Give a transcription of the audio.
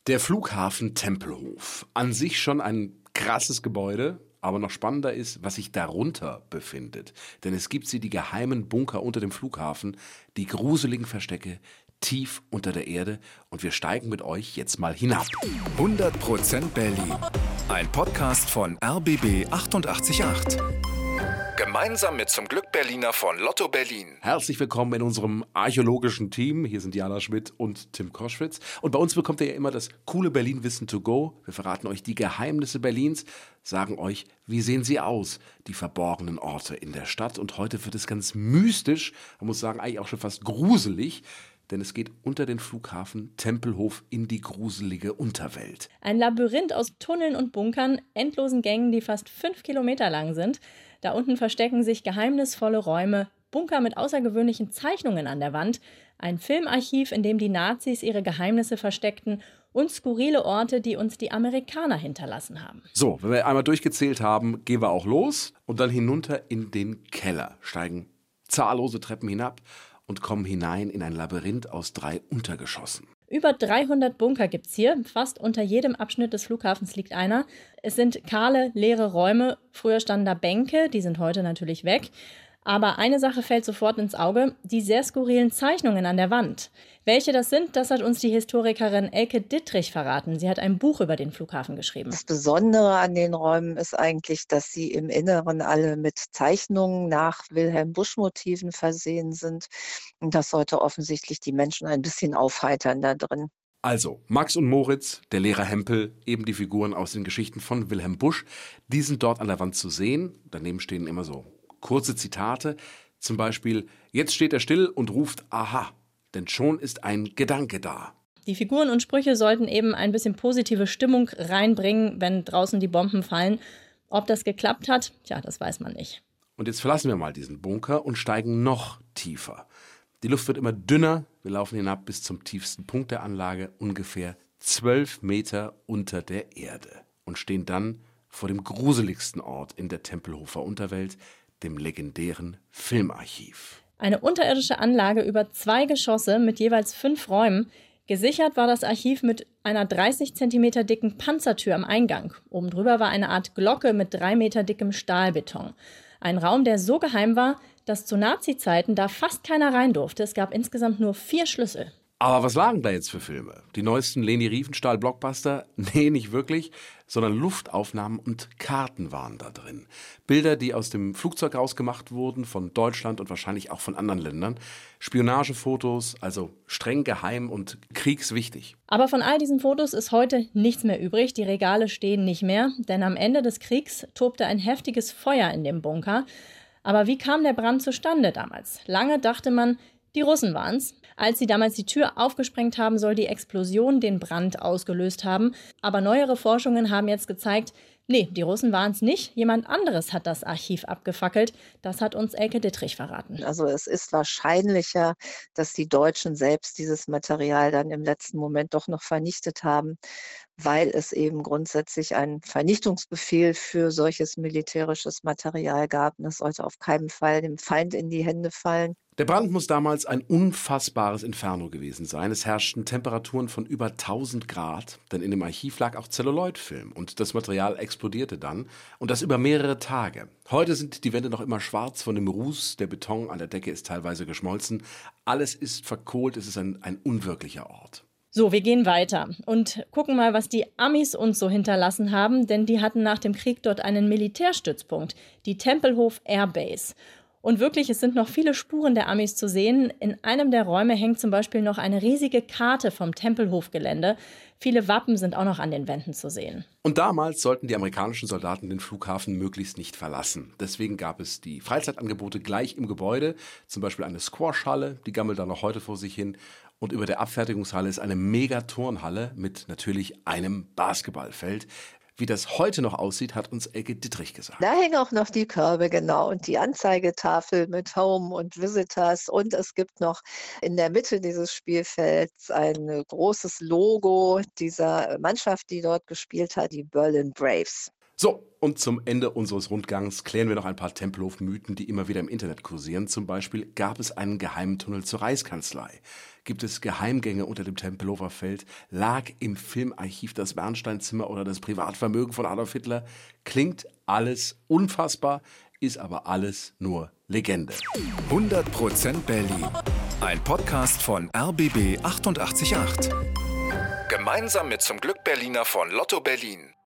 Der Flughafen Tempelhof. An sich schon ein krasses Gebäude, aber noch spannender ist, was sich darunter befindet. Denn es gibt die geheimen Bunker unter dem Flughafen, die gruseligen Verstecke tief unter der Erde. Und wir steigen mit euch jetzt mal hinab. 100% Berlin. Ein Podcast von RBB 888. Gemeinsam mit zum Glück Berliner von Lotto Berlin. Herzlich willkommen in unserem archäologischen Team. Hier sind Jana Schmidt und Tim Koschwitz. Und bei uns bekommt ihr ja immer das coole Berlin-Wissen to go. Wir verraten euch die Geheimnisse Berlins, sagen euch, wie sehen sie aus, die verborgenen Orte in der Stadt. Und heute wird es ganz mystisch, man muss sagen, eigentlich auch schon fast gruselig. Denn es geht unter den Flughafen Tempelhof in die gruselige Unterwelt. Ein Labyrinth aus Tunneln und Bunkern, endlosen Gängen, die fast 5 Kilometer lang sind. Da unten verstecken sich geheimnisvolle Räume, Bunker mit außergewöhnlichen Zeichnungen an der Wand, ein Filmarchiv, in dem die Nazis ihre Geheimnisse versteckten und skurrile Orte, die uns die Amerikaner hinterlassen haben. So, wenn wir einmal durchgezählt haben, gehen wir auch los und dann hinunter in den Keller, steigen zahllose Treppen hinab und kommen hinein in ein Labyrinth aus 3 Untergeschossen. Über 300 Bunker gibt's hier. Fast unter jedem Abschnitt des Flughafens liegt einer. Es sind kahle, leere Räume. Früher standen da Bänke, die sind heute natürlich weg. Aber eine Sache fällt sofort ins Auge, die sehr skurrilen Zeichnungen an der Wand. Welche das sind, das hat uns die Historikerin Elke Dittrich verraten. Sie hat ein Buch über den Flughafen geschrieben. Das Besondere an den Räumen ist eigentlich, dass sie im Inneren alle mit Zeichnungen nach Wilhelm Busch-Motiven versehen sind. Und das sollte offensichtlich die Menschen ein bisschen aufheitern da drin. Also, Max und Moritz, der Lehrer Hempel, eben die Figuren aus den Geschichten von Wilhelm Busch, die sind dort an der Wand zu sehen. Daneben stehen immer so kurze Zitate, zum Beispiel, jetzt steht er still und ruft Aha, denn schon ist ein Gedanke da. Die Figuren und Sprüche sollten eben ein bisschen positive Stimmung reinbringen, wenn draußen die Bomben fallen. Ob das geklappt hat, das weiß man nicht. Und jetzt verlassen wir mal diesen Bunker und steigen noch tiefer. Die Luft wird immer dünner, wir laufen hinab bis zum tiefsten Punkt der Anlage, ungefähr 12 Meter unter der Erde. Und stehen dann vor dem gruseligsten Ort in der Tempelhofer Unterwelt, dem legendären Filmarchiv. Eine unterirdische Anlage über 2 Geschosse mit jeweils 5 Räumen. Gesichert war das Archiv mit einer 30 Zentimeter dicken Panzertür am Eingang. Oben drüber war eine Art Glocke mit 3 Meter dickem Stahlbeton. Ein Raum, der so geheim war, dass zu Nazi-Zeiten da fast keiner rein durfte. Es gab insgesamt nur 4 Schlüssel. Aber was lagen da jetzt für Filme? Die neuesten Leni Riefenstahl-Blockbuster? Nee, nicht wirklich, sondern Luftaufnahmen und Karten waren da drin. Bilder, die aus dem Flugzeug rausgemacht wurden, von Deutschland und wahrscheinlich auch von anderen Ländern. Spionagefotos, also streng geheim und kriegswichtig. Aber von all diesen Fotos ist heute nichts mehr übrig. Die Regale stehen nicht mehr, denn am Ende des Kriegs tobte ein heftiges Feuer in dem Bunker. Aber wie kam der Brand zustande damals? Lange dachte man, die Russen waren's. Als sie damals die Tür aufgesprengt haben, soll die Explosion den Brand ausgelöst haben. Aber neuere Forschungen haben jetzt gezeigt, nee, die Russen waren's nicht. Jemand anderes hat das Archiv abgefackelt. Das hat uns Elke Dittrich verraten. Also es ist wahrscheinlicher, dass die Deutschen selbst dieses Material dann im letzten Moment doch noch vernichtet haben, weil es eben grundsätzlich einen Vernichtungsbefehl für solches militärisches Material gab. Und es sollte auf keinen Fall dem Feind in die Hände fallen. Der Brand muss damals ein unfassbares Inferno gewesen sein. Es herrschten Temperaturen von über 1000 Grad, denn in dem Archiv lag auch Zelluloidfilm und das Material explodierte dann und das über mehrere Tage. Heute sind die Wände noch immer schwarz von dem Ruß, der Beton an der Decke ist teilweise geschmolzen. Alles ist verkohlt, es ist ein unwirklicher Ort. So, wir gehen weiter und gucken mal, was die Amis uns so hinterlassen haben, denn die hatten nach dem Krieg dort einen Militärstützpunkt, die Tempelhof Air Base. Und wirklich, es sind noch viele Spuren der Amis zu sehen. In einem der Räume hängt zum Beispiel noch eine riesige Karte vom Tempelhofgelände. Viele Wappen sind auch noch an den Wänden zu sehen. Und damals sollten die amerikanischen Soldaten den Flughafen möglichst nicht verlassen. Deswegen gab es die Freizeitangebote gleich im Gebäude. Zum Beispiel eine Squashhalle, die gammelt da noch heute vor sich hin. Und über der Abfertigungshalle ist eine Megaturnhalle mit natürlich einem Basketballfeld. Wie das heute noch aussieht, hat uns Elke Dittrich gesagt. Da hängen auch noch die Körbe, genau, und die Anzeigetafel mit Home und Visitors. Und es gibt noch in der Mitte dieses Spielfelds ein großes Logo dieser Mannschaft, die dort gespielt hat, die Berlin Braves. So, und zum Ende unseres Rundgangs klären wir noch ein paar Tempelhof-Mythen, die immer wieder im Internet kursieren. Zum Beispiel, gab es einen geheimen Tunnel zur Reichskanzlei? Gibt es Geheimgänge unter dem Tempelhofer Feld? Lag im Filmarchiv das Bernsteinzimmer oder das Privatvermögen von Adolf Hitler? Klingt alles unfassbar, ist aber alles nur Legende. 100% Berlin. Ein Podcast von RBB 888. Gemeinsam mit Zum Glück Berliner von Lotto Berlin.